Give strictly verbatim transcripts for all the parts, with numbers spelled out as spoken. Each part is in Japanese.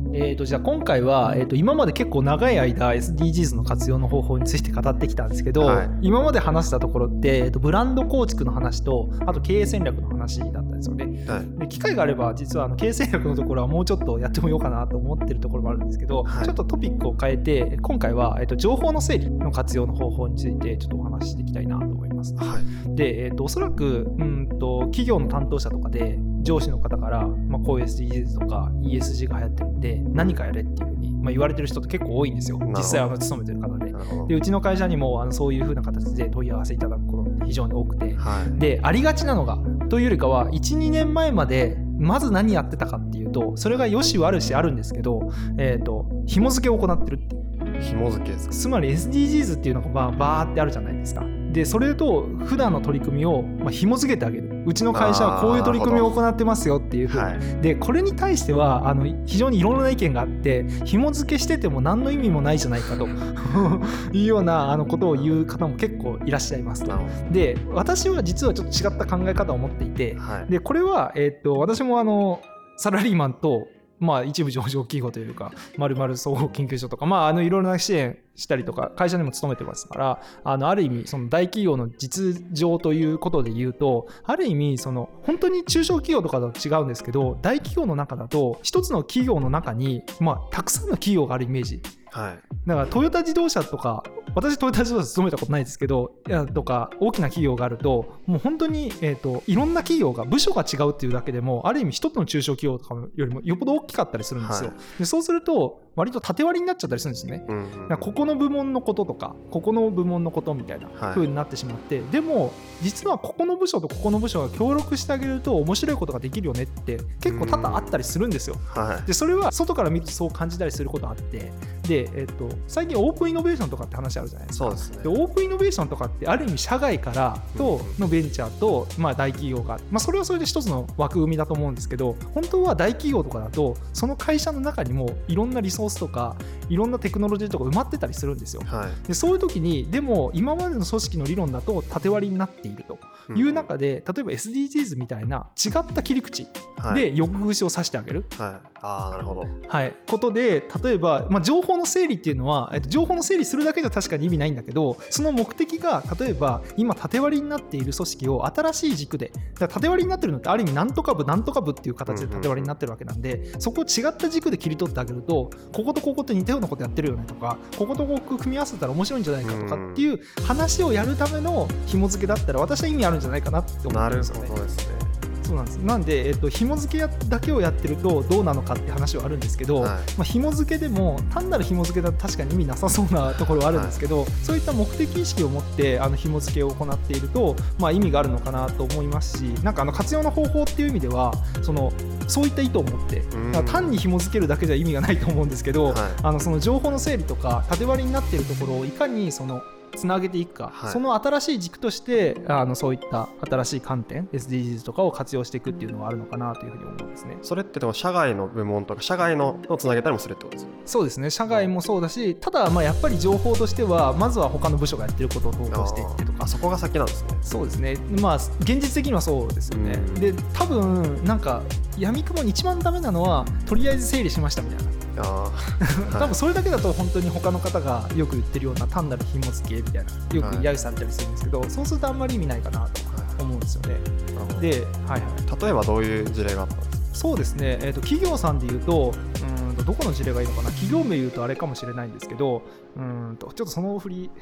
えー、とじゃあ今回は、えー、と今まで結構長い間 エスディージーズ の活用の方法について語ってきたんですけど、はい、今まで話したところって、えー、とブランド構築の話とあと経営戦略の話だったんですよね、はい、で機会があれば実はあの経営戦略のところはもうちょっとやってみようかなと思ってるところもあるんですけど、はい、ちょっとトピックを変えて今回は、えー、と情報の整理の活用の方法についてちょっとお話ししていきたいなと思います、はい、で、えー、とおそらくうんと企業の担当者とかで上司の方から、まあ、こういう エスディージーズ とか イーエスジー が流行ってるんで何かやれっていう風に、まあ、言われてる人って結構多いんですよ。実際あの勤めてる方で、でうちの会社にもあのそういう風な形で問い合わせいただくことって非常に多くて、はい、でありがちなのがというよりかは いちにねんまえまでまず何やってたかっていうとそれが良し悪しあるんですけど、えーと紐付けを行ってるっていう紐付けですか。 つまり エスディージーズ っていうのがバーバーってあるじゃないですか。でそれと普段の取り組みをまあ紐付けてあげる。うちの会社はこういう取り組みを行ってますよっていうふうに、はい、でこれに対してはあの非常にいろんな意見があって紐付けしてても何の意味もないじゃないかというようなあのことを言う方も結構いらっしゃいます。で私は実はちょっと違った考え方を持っていて、はい、でこれは、えー、っと私もあのサラリーマンとまあ、一部上場企業というか丸々総合研究所とか、まあ、あのいろいろな支援したりとか会社にも勤めてますから、あのある意味その大企業の実情ということで言うとある意味その本当に中小企業とかと違うんですけど大企業の中だと一つの企業の中に、まあ、たくさんの企業があるイメージ、はい、だからトヨタ自動車とか私トヨタ自動車勤めたことないですけどとか大きな企業があるともう本当に、えーと、いろんな企業が部署が違うっていうだけでもある意味一つの中小企業とかよりもよっぽど大きかったりするんですよ、はい、でそうすると割と縦割りになっちゃったりするんですね、うんうんうん、だからここの部門のこととかここの部門のことみたいな風になってしまって、はい、でも実はここの部署とここの部署が協力してあげると面白いことができるよねって結構多々あったりするんですよ、はい、でそれは外から見るとそう感じたりすることあってで、えーと、最近オープンイノベーションとかって話あるじゃないですか。そうですね。でオープンイノベーションとかってある意味社外からとのベンチャーと、まあ、大企業が、まあ、それはそれで一つの枠組みだと思うんですけど本当は大企業とかだとその会社の中にもいろんなリソースとかいろんなテクノロジーとか埋まってたりするんですよ、はい、でそういう時にでも今までの組織の理論だと縦割りになっているという中で、うん、例えば エスディージーズ みたいな違った切り口で横串を刺してあげる、はいはい、あーなるほど、はい、ことで例えば、まあ、情報の整理っていうのは、えっと、情報の整理するだけじゃ確かに意味ないんだけどその目的が例えば今縦割りになっている組織を新しい軸でだから縦割りになってるのってある意味なんとか部なんとか部っていう形で縦割りになってるわけなんで、うんうん、そこを違った軸で切り取ってあげるとこことここと似たようなことやってるよねとかこことここ組み合わせたら面白いんじゃないかとかっていう話をやるための紐付けだったら私は意味あるんじゃないかなって思ってるんですよね。なるほどですね。そうなんです。なんで、えっと、紐付けだけをやってるとどうなのかって話はあるんですけど、はいまあ、紐付けでも単なる紐付けだと確かに意味なさそうなところはあるんですけど、はい、そういった目的意識を持ってあの紐付けを行っていると、まあ、意味があるのかなと思いますしなんかあの活用の方法っていう意味ではそのそういった意図を持って単に紐付けるだけじゃ意味がないと思うんですけど、はい、あのその情報の整理とか縦割りになっているところをいかにそのつなげていくか、はい、その新しい軸としてあのそういった新しい観点 エスディージーズ とかを活用していくっていうのはあるのかなというふうに思うんですね。 それってでも社外の部門とか社外のをつなげたりもするってことですか。 そうですね社外もそうだしただまあやっぱり情報としてはまずは他の部署がやってることを投稿していってとかあそこが先なんですね。 そうですねまあ現実的にはそうですよね。で多分なんか闇雲に一番ダメなのはとりあえず整理しましたみたいなあ多分それだけだと本当に他の方がよく言ってるような単なる紐付けみたいなよく揶揄されたりするんですけど、はい、そうするとあんまり意味ないかなと思うんですよね。で、はいはい、 例えばどういう事例があったんですか。 そうですね、えーと、企業さんで言うとうんとどこの事例がいいのかな企業名言うとあれかもしれないんですけどうんとちょっとその振り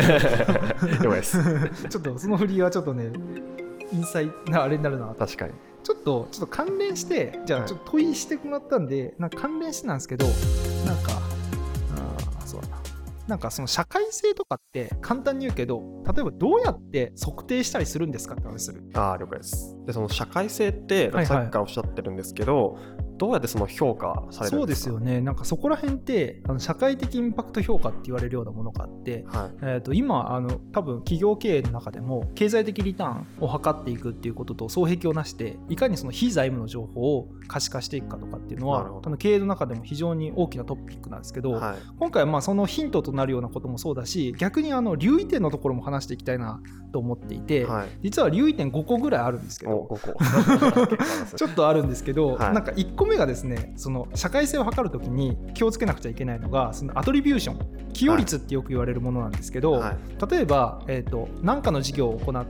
ちょっとその振りはちょっとねインサイなあれになるな。 確かにちょっとちょっと関連してじゃあちょっと問いしてもらったんで、はい、なんか関連してなんですけどなんかあそうだななんかその社会性とかって簡単に言うけど例えばどうやって測定したりするんですかって話する。 ああ了解です。でその社会性ってさっきからおっしゃってるんですけど、はいはい、どうやってその評価されるんですか。 そうですよね。なんかそこら辺ってあの社会的インパクト評価って言われるようなものがあって、はいえー、と今あの多分企業経営の中でも経済的リターンを図っていくっていうことと双璧をなしていかにその非財務の情報を可視化していくかとかっていうのは多分経営の中でも非常に大きなトピックなんですけど、はい、今回はまあそのヒントとなるようなこともそうだし逆にあの留意点のところも話していきたいなと思っていて、はい、実は留意点ごこぐらいあるんですけどごこちょっとあるんですけど、はい、なんかいっこ目がですね、その社会性を測るときに気をつけなくちゃいけないのがそのアトリビューション、寄与率ってよく言われるものなんですけど、はい、例えば、えーと、何かの事業を行って、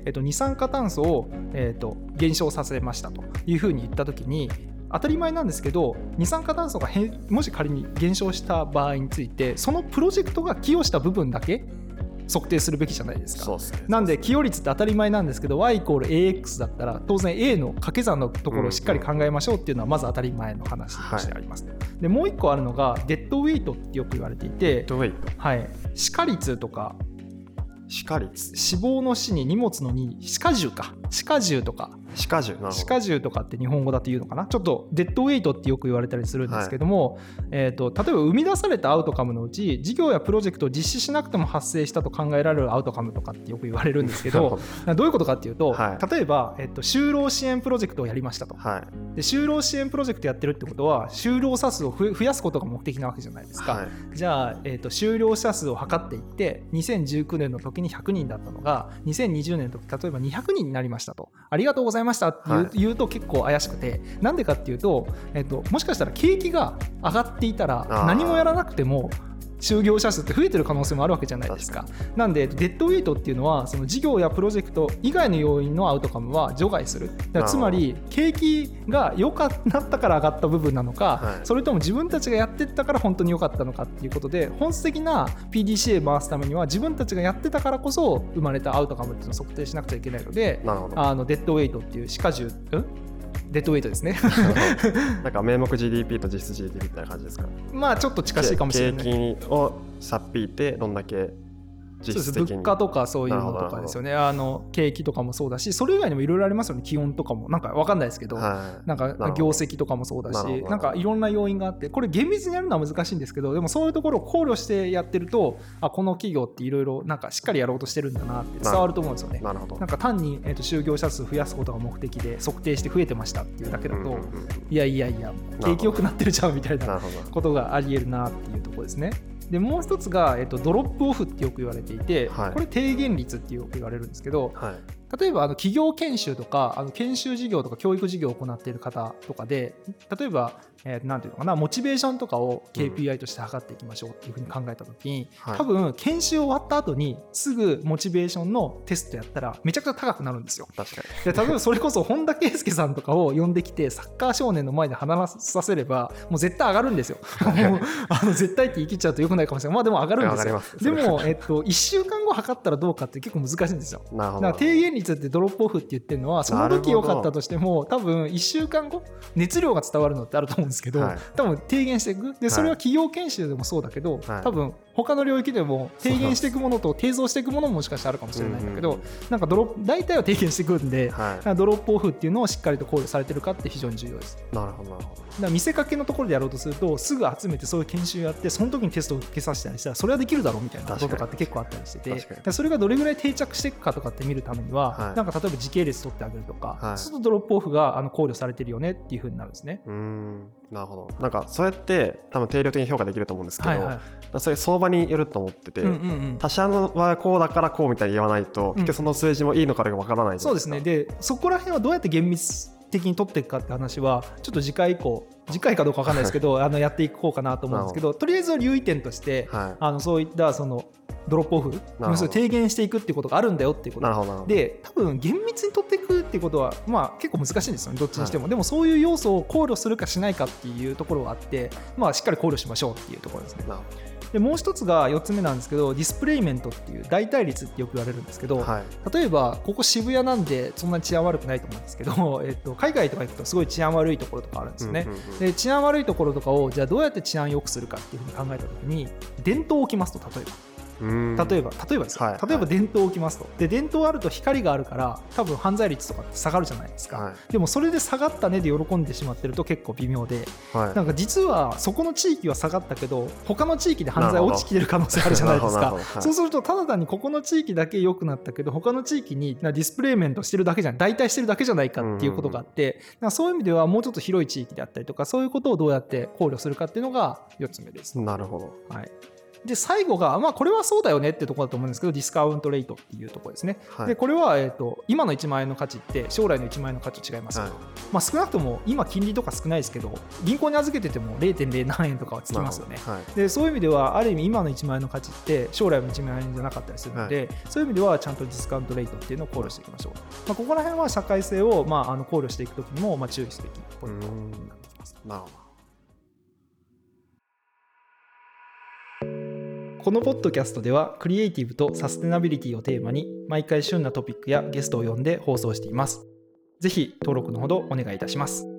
えーと、二酸化炭素を、えーと、減少させましたというふうに言ったときに、当たり前なんですけど、二酸化炭素がもし仮に減少した場合について、そのプロジェクトが寄与した部分だけ測定するべきじゃないですか。 そうですね。 なんで寄与率って当たり前なんですけど Y イコール エーエックス だったら当然 A の掛け算のところをしっかり考えましょうっていうのはまず当たり前の話としてあります、はい、でもう一個あるのがデッドウェイトってよく言われていて、 デッドウェイト、 はい、歯科率とか歯科率、 脂肪の歯に荷物のに歯科重か歯科重とか歯科重、なるほど、 歯科重とかって日本語だと言うのかな、ちょっとデッドウェイトってよく言われたりするんですけども、はい、えーと、例えば生み出されたアウトカムのうち事業やプロジェクトを実施しなくても発生したと考えられるアウトカムとかってよく言われるんですけどどういうことかっていうと、はい、例えば、えーと、就労支援プロジェクトをやりましたと、はい、で就労支援プロジェクトやってるってことは就労者数を増やすことが目的なわけじゃないですか、はい、じゃあ、えーと、就労者数を測っていってにせんじゅうきゅうねんの時にひゃくにんだったのがにせんにじゅうねんの時例えばにひゃくにんになりましたと、ありがとうございましたって言う、はい、言うと結構怪しくて、なんでかっていうと、えっと、もしかしたら景気が上がっていたら何もやらなくても就業者数って増えてる可能性もあるわけじゃないですか。なんでデッドウェイトっていうのはその事業やプロジェクト以外の要因のアウトカムは除外する。だからつまり景気が良くなったから上がった部分なのか、はい、それとも自分たちがやってったから本当に良かったのかっていうことで、本質的な ピーディーシーエー 回すためには自分たちがやってたからこそ生まれたアウトカムっていうのを測定しなくちゃいけないので、あのデッドウェイトっていう歯科重、うんデッドウェイトですねなんか名目 ジーディーピー と実質 ジーディーピー みたいな感じですか。 まあちょっと近しいかもしれない。 景気をさっぴいてどんだけ実質的に、そうです、 物価とかそういうのとかですよね。あの景気とかもそうだし、それ以外にもいろいろありますよね。気温とかもなんか分かんないですけど、はい、なんか業績とかもそうだし、な, なんかいろんな要因があって、これ厳密にやるのは難しいんですけど、でもそういうところを考慮してやってると、あこの企業っていろいろなんかしっかりやろうとしてるんだなって伝わると思うんですよね。なるほど。なんか単に、えー、と就業者数増やすことが目的で測定して増えてましたっていうだけだと、うんうんうん、いやいやいや景気良くなってるじゃんみたいなことがあり得るなっていうところですね。でもう一つが、えっと、ドロップオフってよく言われていて、はい、これ低減率ってよく言われるんですけど、はい、例えばあの企業研修とかあの研修事業とか教育事業を行っている方とかで、例えば、えー、なんていうのかな、モチベーションとかを ケーピーアイ として測っていきましょうっていうふうに考えたときに、うん、多分研修終わった後にすぐモチベーションのテストやったらめちゃくちゃ高くなるんですよ。 確かに。で例えばそれこそ本田圭佑さんとかを呼んできてサッカー少年の前で話させればもう絶対上がるんですよもうあの絶対って言い切っちゃうとよくないかもしれない。まあでも上がるんですよ。でも、えっと、いっしゅうかんご測ったらどうかって結構難しいんですよ。だから低減率ってドロップオフって言ってるのはその時良かったとしても多分いっしゅうかんご熱量が伝わるのってあると思うんですけど、はい、多分低減していく。でそれは企業研修でもそうだけど、はい、多分他の領域でも低減していくものと低増していくものももしかしたらあるかもしれないんだけど、うんうん、なんかドロ大体は低減していくんで、はい、ドロップオフっていうのをしっかりと考慮されてるかって非常に重要です。 なるほどなるほど。 だから見せかけのところでやろうとするとすぐ集めてそういう研修やってその時にテストを受けさせたりしたらそれはできるだろうみたいなこととかって結構あったりしてて、それがどれぐらい定着していくかとかって見るためには、はい、なんか例えば時系列取ってあげるとか、はい、そうするとドロップオフがあの考慮されてるよねっていう風になるんですね。 うーん、なるほど。なんかそうやって多分定量的に評価できると思うんですけど、はいはい、それ相場によると思ってて、うんうんうん、他社はこうだからこうみたいに言わないと、うん、結局その数字もいいのかどうかわからないじゃないですか。 そうですね。でそこら辺はどうやって厳密的に取っていくかって話はちょっと次回以降次回かどうか分かんないですけどあのやっていこうかなと思うんですけど、とりあえずは留意点として、はい、あのそういったそのドロップオフ要するに低減していくっていうことがあるんだよっていうことで、多分厳密に取っていくっていうことは、まあ、結構難しいんですよねどっちにしても、はい、でもそういう要素を考慮するかしないかっていうところがあって、まあ、しっかり考慮しましょうっていうところですね。でもう一つがよっつめなんですけど、ディスプレイメントっていう代替率ってよく言われるんですけど、はい、例えばここ渋谷なんでそんなに治安悪くないと思うんですけど、えっと、海外とか行くとすごい治安悪いところとかあるんですよね、うんうんうん、で治安悪いところとかをじゃあどうやって治安良くするかっていうふうに考えたときに電灯を置きますと、例えば例えば例えばですよ、はい、例えば電灯を置きますと。で電灯あると光があるから多分犯罪率とかって下がるじゃないですか、はい、でもそれで下がったねで喜んでしまってると結構微妙で、はい、なんか実はそこの地域は下がったけど他の地域で犯罪落ちきてる可能性あるじゃないですか、はい、そうするとただ単にここの地域だけ良くなったけど他の地域にディスプレイメントしてるだけじゃん代替してるだけじゃないかっていうことがあって、うんうんうん、なんかそういう意味ではもうちょっと広い地域であったりとかそういうことをどうやって考慮するかっていうのがよっつめです。 なるほど、 はい。 で最後が、まあ、これはそうだよねってところだと思うんですけど、ディスカウントレートっていうところですね、はい、でこれは、えーと、今のいちまん円の価値って将来のいちまん円の価値違いますけど、はい、まあ、少なくとも今金利とか少ないですけど銀行に預けてても れいてんれいなな 円とかはつきますよね、はい、でそういう意味ではある意味今のいちまん円の価値って将来のいちまん円じゃなかったりするので、はい、そういう意味ではちゃんとディスカウントレートっていうのを考慮していきましょう、まあ、ここら辺は社会性を、まあ、あの考慮していくときにも、まあ、注意すべきポイントになってきます。 なるほど。 このポッドキャストではクリエイティブとサステナビリティをテーマに毎回旬なトピックやゲストを呼んで放送しています。ぜひ登録のほどお願いいたします。